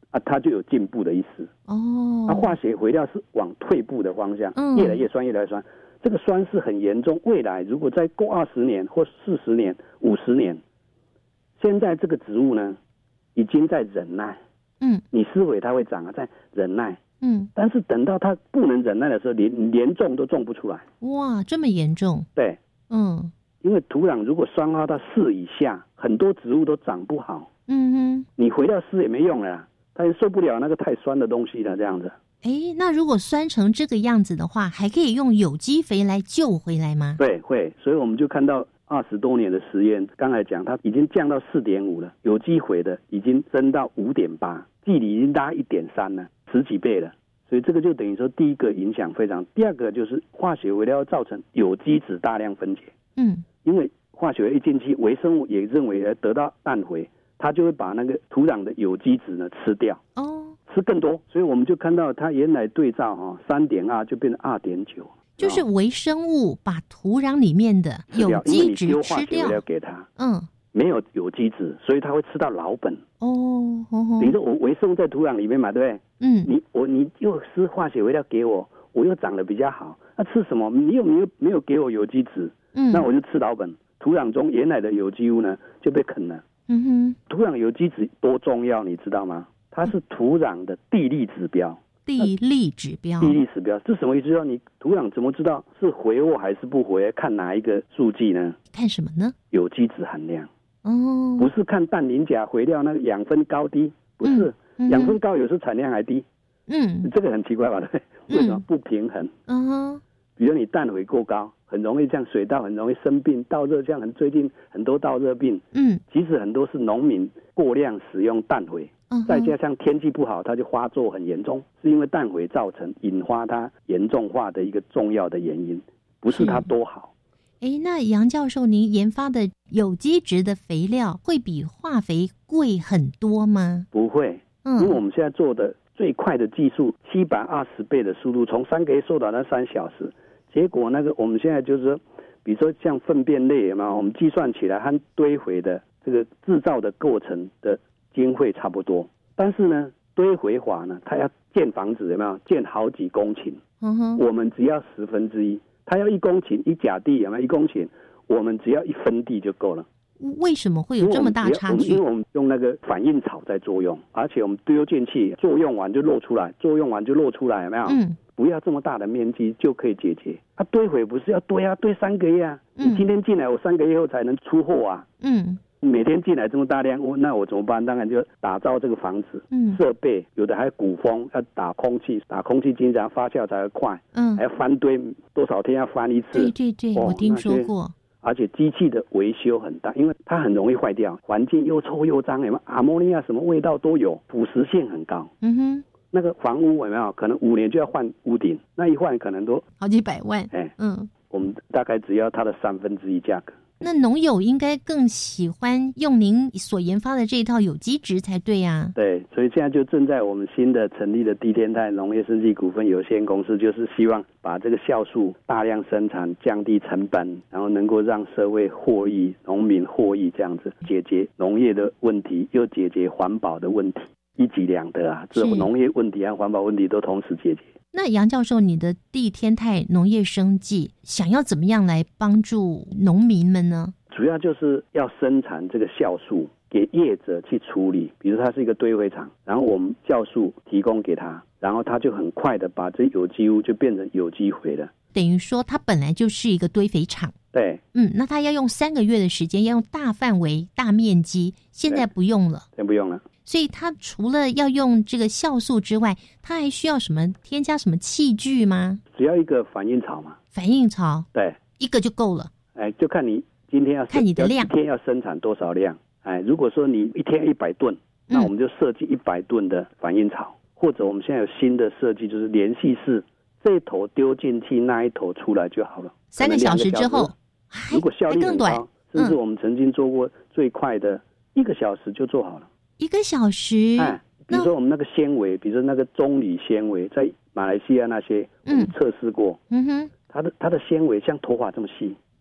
啊，它就有进步的意思。 哦， 啊，化学肥料是往退步的方向， 嗯， 越来越酸，越来越酸。这个酸是很严重，未来如果再过二十年或四十年、五十年，现在这个植物呢，已经在忍耐。 嗯， 你施肥它会长啊，在忍耐。 嗯， 但是等到它不能忍耐的时候，连连种都种不出来。 哇，这么严重？ 对， 嗯， 因为土壤如果酸化到四以下，很多植物都长不好。 嗯哼， 你肥料施也没用了啦，它也受不了那个太酸的东西了，这样子。 哎，那如果酸成这个样子的话，还可以用有机肥来救回来吗？ 对，会。所以我们就看到二十多年的实验，刚才讲它已经降到四点五了，有机肥的已经增到五点八，距离已经拉一点三了，十几倍了。所以这个就等于说，第一个影响非常，第二个就是化学肥料造成有机质大量分解。 嗯， 因为化学一进去，微生物也认为得到氮肥，它就会把那个土壤的有机质呢吃掉。 哦。 吃更多，所以我们就看到它原来对照哈三点二就变成二点九， 就是微生物把土壤里面的有机质吃掉，因为你丢化学肥料给它， 嗯， 没有有机质，所以它会吃到老本。 哦，哦， 比如说我微生物在土壤里面嘛，对不对？ 嗯， 你我你又施化学肥料给我，我又长得比较好，那吃什么？你又没有没有给我有机质， 嗯， 那我就吃老本，土壤中原来的有机物呢就被啃了。 嗯哼， 土壤有机质多重要，你知道吗？它是土壤的地力指标。 地力指标， 地力指标，这什么意思？你土壤怎么知道是肥沃还是不肥？看哪一个数据呢？ 看什么呢？ 有机质含量。 哦， 不是看氮磷钾肥料那个养分高低，不是，嗯、养分高有时候产量还低。 嗯， 这个很奇怪吧？对，为什么不平衡？ 嗯哼， 比如你氮肥过高，很容易像水稻很容易生病，稻热这样很最近很多稻热病。 嗯， 其实很多是农民过量使用氮肥。 嗯、 再加上天气不好，它就发作很严重，是因为氮肥造成引发它严重化的一个重要的原因，不是它多好。 哎，那杨教授，您研发的有机质的肥料会比化肥贵很多吗？ 不会， 嗯， 因为我们现在做的最快的技术，七百二十倍的速度，从三个月缩短到三小时。结果那个我们现在就是说，比如说像粪便类嘛，我们计算起来和堆肥的这个制造的过程的经费差不多，但是呢，堆肥法呢，它要建房子有没有？建好几公顷， 嗯哼， 我们只要十分之一，它要一公顷一甲地有没有？一公顷，我们只要一分地就够了。 为什么会有这么大差距？ 因为我们用那个反应草在作用，而且我们丢进去，作用完就露出来，作用完就露出来，有没有？ 嗯， 不要这么大的面积就可以解决。它、啊、堆肥不是要堆啊，堆三个月啊，嗯、你今天进来，我三个月后才能出货啊。 嗯。 每天进来这么大量，我那我怎么办？当然就打造这个房子，嗯，设备有的还有鼓风，要打空气，打空气经常发酵才会快， 嗯， 还要翻堆，多少天要翻一次？ 对对对，哦、我听说过。 而且机器的维修很大，因为它很容易坏掉，环境又臭又脏，有没有阿莫尼亚什么味道都有，腐蚀性很高。 嗯哼， 那个房屋有没有可能五年就要换屋顶？那一换可能都好几百万。 哎， 嗯， 我们大概只要它的三分之一价格。 那农友应该更喜欢用您所研发的这一套有机质才对啊。 对，所以现在就正在我们新的成立的地天泰农业生技股份有限公司，就是希望把这个酵素大量生产，降低成本，然后能够让社会获益，农民获益，这样子解决农业的问题，又解决环保的问题，一举两得啊！这农业问题和环保问题都同时解决。 那杨教授，你的地天泰农业生技想要怎么样来帮助农民们呢？ 主要就是要生产这个酵素给业者去处理，比如它是一个堆肥厂，然后我们酵素提供给他，然后他就很快的把这有机物就变成有机肥了。 等于说它本来就是一个堆肥厂。 对， 嗯，那他要用三个月的时间，要用大范围、大面积，现在不用了， 现在不用了。 所以它除了要用这个酵素之外，它还需要什么添加什么器具吗？ 只要一个反应槽嘛。 反应槽， 对， 一个就够了。 哎，就看你今天要看你的量， 一天要生产多少量。哎，如果说你一天一百吨，那我们就设计一百吨的反应槽，嗯、或者我们现在有新的设计，就是联系式，这一头丢进去，那一头出来就好了。 三个小时之后， 如果效率很高， 嗯、 甚至我们曾经做过最快的一个小时就做好了。 一个小时， 哎，比如说我们那个纤维，比如说那个棕榈纤维，在马来西亚那些我们测试过， 嗯哼， 它的它的纤维像头发这么细，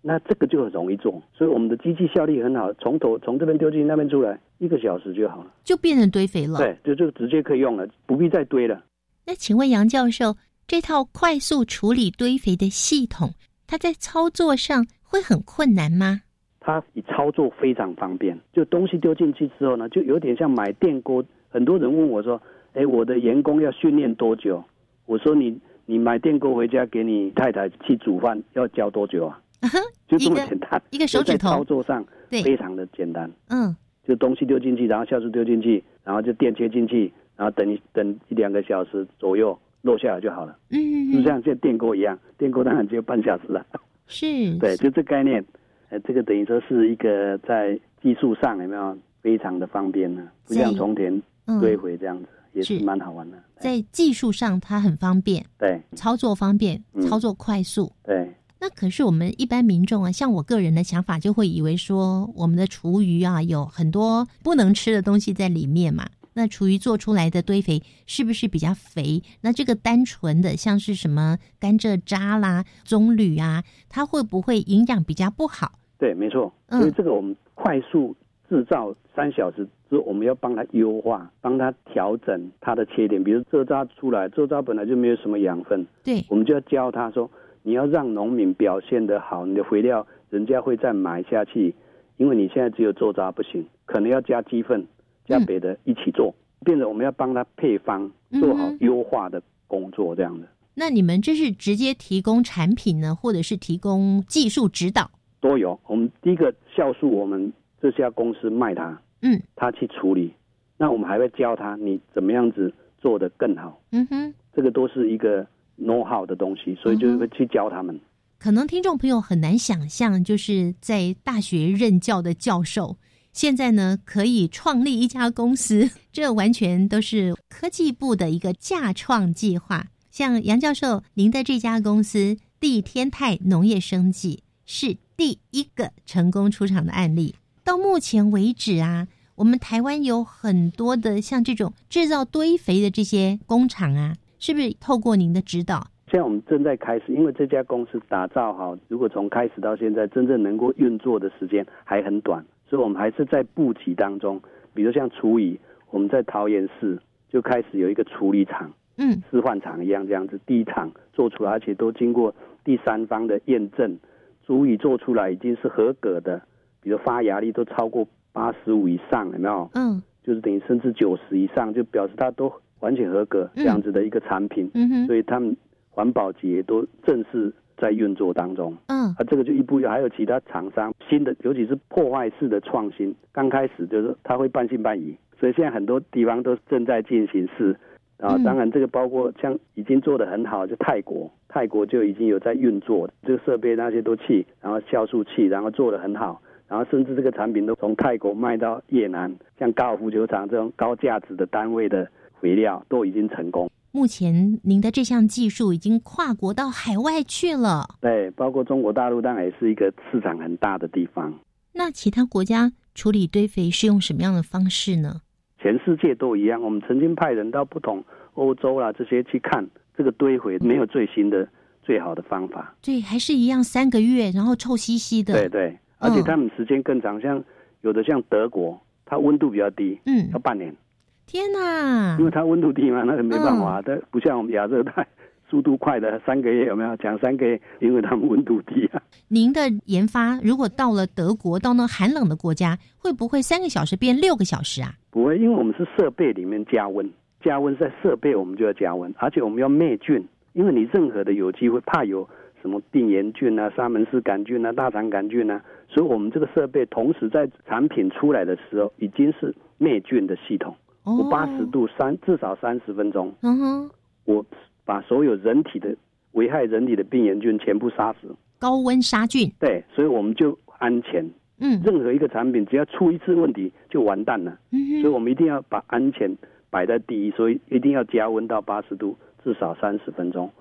那这个就很容易做，所以我们的机器效率很好，从头从这边丢进去那边出来，一个小时就好了， 就变成堆肥了。 对，就就直接可以用了，不必再堆了。 那请问杨教授，这套快速处理堆肥的系统，它在操作上会很困难吗？ 它操作非常方便，就东西丢进去之后呢，就有点像买电锅。很多人问我说，哎，我的员工要训练多久？我说你你买电锅回家给你太太去煮饭要教多久啊？就这么简单， 一个手指头， 在操作上非常的简单。 嗯， 就东西丢进去，然后酵素丢进去，然后就电切进去，然后等一等一两个小时左右落下来就好了。嗯，就像现在电锅一样，电锅当然只有半小时了。 是， 对，就这概念。呃，这个等于说是一个在技术上有没有非常的方便呢？不像从田堆肥这样子，嗯、也是蛮好玩的。 在技术上它很方便， 对， 操作方便， 嗯、 操作快速， 对。 那可是我们一般民众啊，像我个人的想法，就会以为说我们的厨余啊有很多不能吃的东西在里面嘛。那厨余做出来的堆肥是不是比较肥？那这个单纯的像是什么甘蔗渣啦、棕榈啊，它会不会营养比较不好？ 对，没错。所以这个我们快速制造三小时之后，我们要帮它优化，帮它调整它的缺点。比如蔗渣出来，蔗渣本来就没有什么养分， 对， 我们就要教他说，你要让农民表现得好，你的肥料人家会再买下去，因为你现在只有蔗渣不行，可能要加鸡粪。加别的一起做，嗯、变成我们要帮他配方，做好优化的工作，这样的。 那你们这是直接提供产品呢，或者是提供技术指导？ 都有。我们第一个酵素，我们这家公司卖他，嗯，他去处理，那我们还会教他你怎么样子做得更好。嗯哼，这个都是一个 know how 的东西，所以就会去教他们。嗯、 可能听众朋友很难想象，就是在大学任教的教授。现在呢，可以创立一家公司，这完全都是科技部的一个架创计划。像杨教授，您的这家公司地天泰农业生技是第一个成功出厂的案例。到目前为止啊，我们台湾有很多的像这种制造堆肥的这些工厂啊，是不是透过您的指导？ 现在我们正在开始，因为这家公司打造好，如果从开始到现在，真正能够运作的时间还很短。所以我们还是在布局当中，比如像厨余，我们在桃园市就开始有一个处理厂，嗯，示范厂一样这样子，第一厂做出来，而且都经过第三方的验证，厨余做出来已经是合格的，比如发芽率都超过八十五以上，有没有？嗯，就是等于甚至九十以上，就表示它都完全合格这样子的一个产品。嗯哼，所以他们环保局也都正式在运作当中，嗯，啊，这个就一步，还有其他厂商新的，尤其是破坏式的创新，刚开始就是他会半信半疑，所以现在很多地方都正在进行式，啊，当然这个包括像已经做得很好，就泰国，泰国就已经有在运作，这个设备那些都去，然后酵素器，然后做得很好，然后甚至这个产品都从泰国卖到越南，像高尔夫球场这种高价值的单位的肥料都已经成功。 目前您的这项技术已经跨国到海外去了， 对，包括中国大陆当然也是一个市场很大的地方。 那其他国家处理堆肥是用什么样的方式呢？ 全世界都一样，我们曾经派人到不同欧洲啦这些去看这个堆肥，没有最新的最好的方法。 对，还是一样三个月，然后臭兮兮的。 对对，而且他们时间更长，像有的像德国，它温度比较低，嗯，要半年。 天哪！ 因为它温度低嘛，那个没办法，它、嗯、不像我们亚热带速度快的三个月，有没有？讲三个月，因为他们温度低啊。 您的研发如果到了德国，到那寒冷的国家，会不会三个小时变六个小时啊？ 不会，因为我们是设备里面加温，加温在设备我们就要加温，而且我们要灭菌，因为你任何的有机会怕有什么病原菌啊、沙门氏杆菌啊、大肠杆菌啊，所以我们这个设备同时在产品出来的时候已经是灭菌的系统。我八十度三至少三十分钟，嗯哼，我把所有人体的危害人体的病原菌全部杀死， 高温杀菌。 对，所以我们就安全。嗯，任何一个产品只要出一次问题就完蛋了。嗯，所以我们一定要把安全摆在第一，所以一定要加温到八十度，至少三十分钟。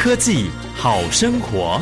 科技好生活。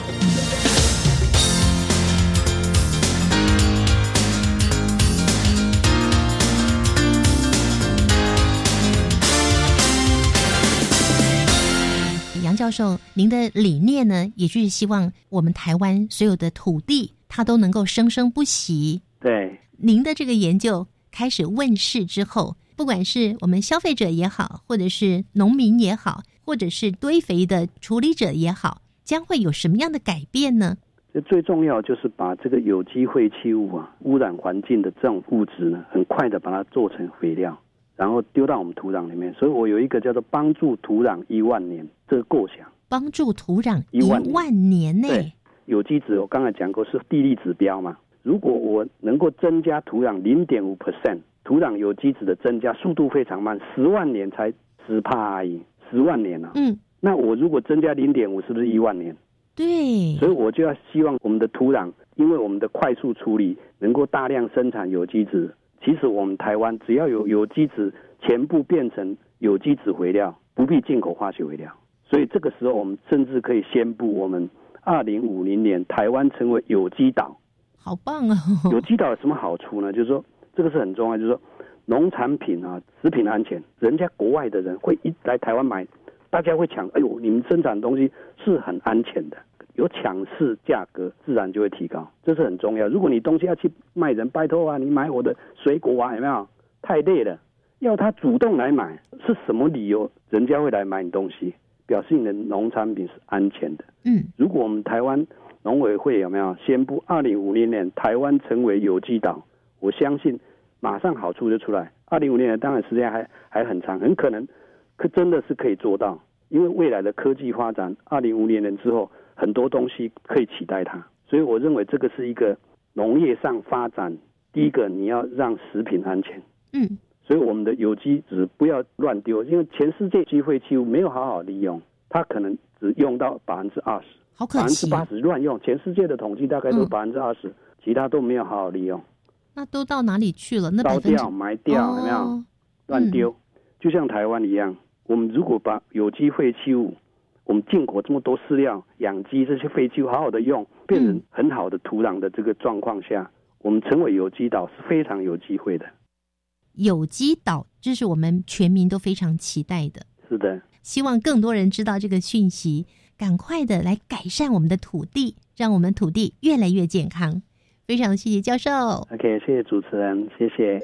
杨教授，您的理念呢，也就是希望我们台湾所有的土地，它都能够生生不息。 对， 您的这个研究开始问世之后，不管是我们消费者也好，或者是农民也好，或者是堆肥的处理者也好，将会有什么样的改变呢？ 最重要就是把这个有机废弃物啊，污染环境的这种物质呢，很快的把它做成肥料，然后丢到我们土壤里面。所以我有一个叫做帮助土壤一万年这个构想。帮助土壤一万年内。对，有机质我刚才讲过是地利指标嘛。如果我能够增加土壤 零点五 percent， 土壤有机质的增加速度非常慢，十万年才 百分之十 而已，十万年啊。嗯。那我如果增加 零点五， 是不是一万年？对。所以我就要希望我们的土壤，因为我们的快速处理能够大量生产有机质。其实我们台湾只要有有机质全部变成有机质肥料，不必进口化学肥料。所以这个时候我们甚至可以宣布我们二零五零年台湾成为有机岛。好棒哦！有机岛有什么好处呢？就是说这个是很重要，就是说农产品啊，食品安全，人家国外的人会一来台湾买，大家会抢，哎呦，你们生产的东西是很安全的，有抢市价格自然就会提高，这是很重要。如果你东西要去卖人，拜托啊，你买我的水果啊，有没有？太累了，要他主动来买，是什么理由人家会来买你东西？表示你的农产品是安全的。嗯，如果我们台湾农委会有没有宣布二零五零年台湾成为有机岛，我相信马上好处就出来。二零五零年当然时间还还很长，很可能可真的是可以做到，因为未来的科技发展，二零五零年之后很多东西可以取代它。所以我认为这个是一个农业上发展，第一个你要让食品安全。嗯。所以我们的有机质不要乱丢，因为全世界机废弃物没有好好利用，它可能只用到百分之二十，好可惜，百分之八十乱用。全世界的统计大概都百分之二十，其他都没有好好利用。那都到哪里去了？那烧掉、埋掉，有没有乱丢？嗯、就像台湾一样，我们如果把有机废弃物，我们进口这么多饲料、养鸡这些废弃物好好的用，变成很好的土壤的这个状况下，我们成为有机岛是非常有机会的。有机岛，这是我们全民都非常期待的。是的，希望更多人知道这个讯息，赶快的来改善我们的土地，让我们土地越来越健康。非常谢谢教授。 OK， 谢谢主持人，谢谢。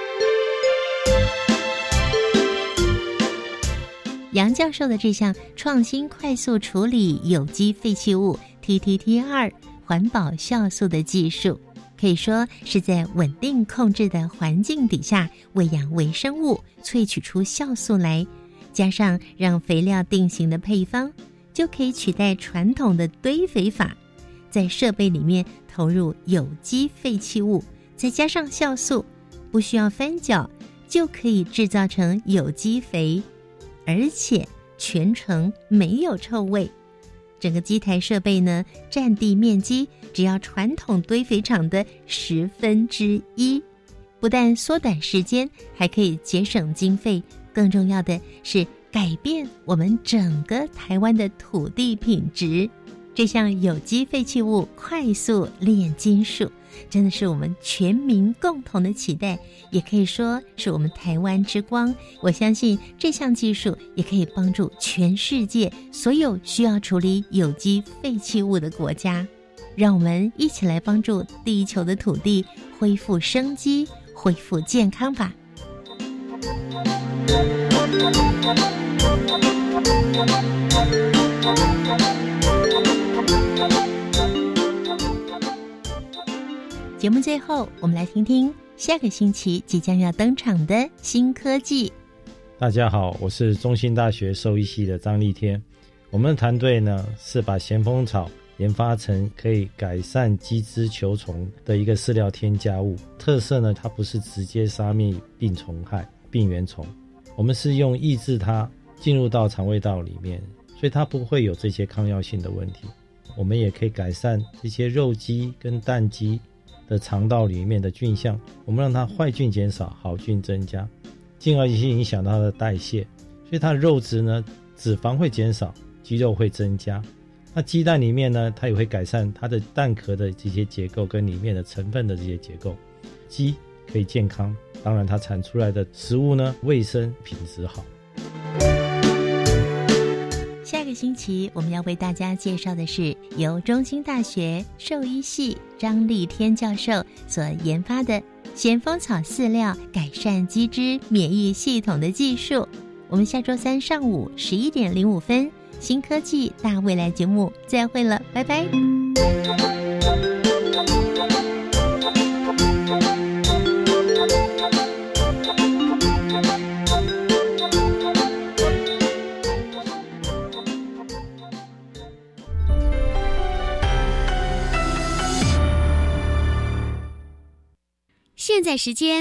杨教授的这项创新快速处理有机废弃物 T T T 二 环保酵素的技术，可以说是在稳定控制的环境底下喂养微生物，萃取出酵素来，加上让肥料定型的配方，就可以取代传统的堆肥法，在设备里面投入有机废弃物，再加上酵素，不需要翻搅，就可以制造成有机肥，而且全程没有臭味。整个机台设备呢，占地面积只要传统堆肥厂的十分之一，不但缩短时间，还可以节省经费，更重要的是改变我们整个台湾的土地品质。这项有机废弃物快速炼金术，真的是我们全民共同的期待，也可以说是我们台湾之光。我相信这项技术也可以帮助全世界所有需要处理有机废弃物的国家，让我们一起来帮助地球的土地恢复生机，恢复健康吧。节目最后，我们来听听下个星期即将要登场的新科技。 大家好，我是中兴大学兽医系的张立天。我们的团队呢，是把咸丰草研发成可以改善鸡只球虫的一个饲料添加物。特色呢，它不是直接杀灭病虫害、病原虫，我们是用抑制它进入到肠胃道里面，所以它不会有这些抗药性的问题。我们也可以改善这些肉鸡跟蛋鸡的肠道里面的菌相，我们让它坏菌减少，好菌增加，进而也影响到它的代谢，所以它的肉质呢，脂肪会减少， 肌肉会增加。那鸡蛋里面呢，它也会改善它的蛋壳的这些结构跟里面的成分的这些结构。鸡可以健康，当然它产出来的食物呢，卫生品质好。 下个星期我们要为大家介绍的是由中兴大学兽医系张立天教授所研发的咸丰草饲料改善鸡只免疫系统的技术。我们下周三上午十一点零五分新科技大未来节目再会了，拜拜。 现在时间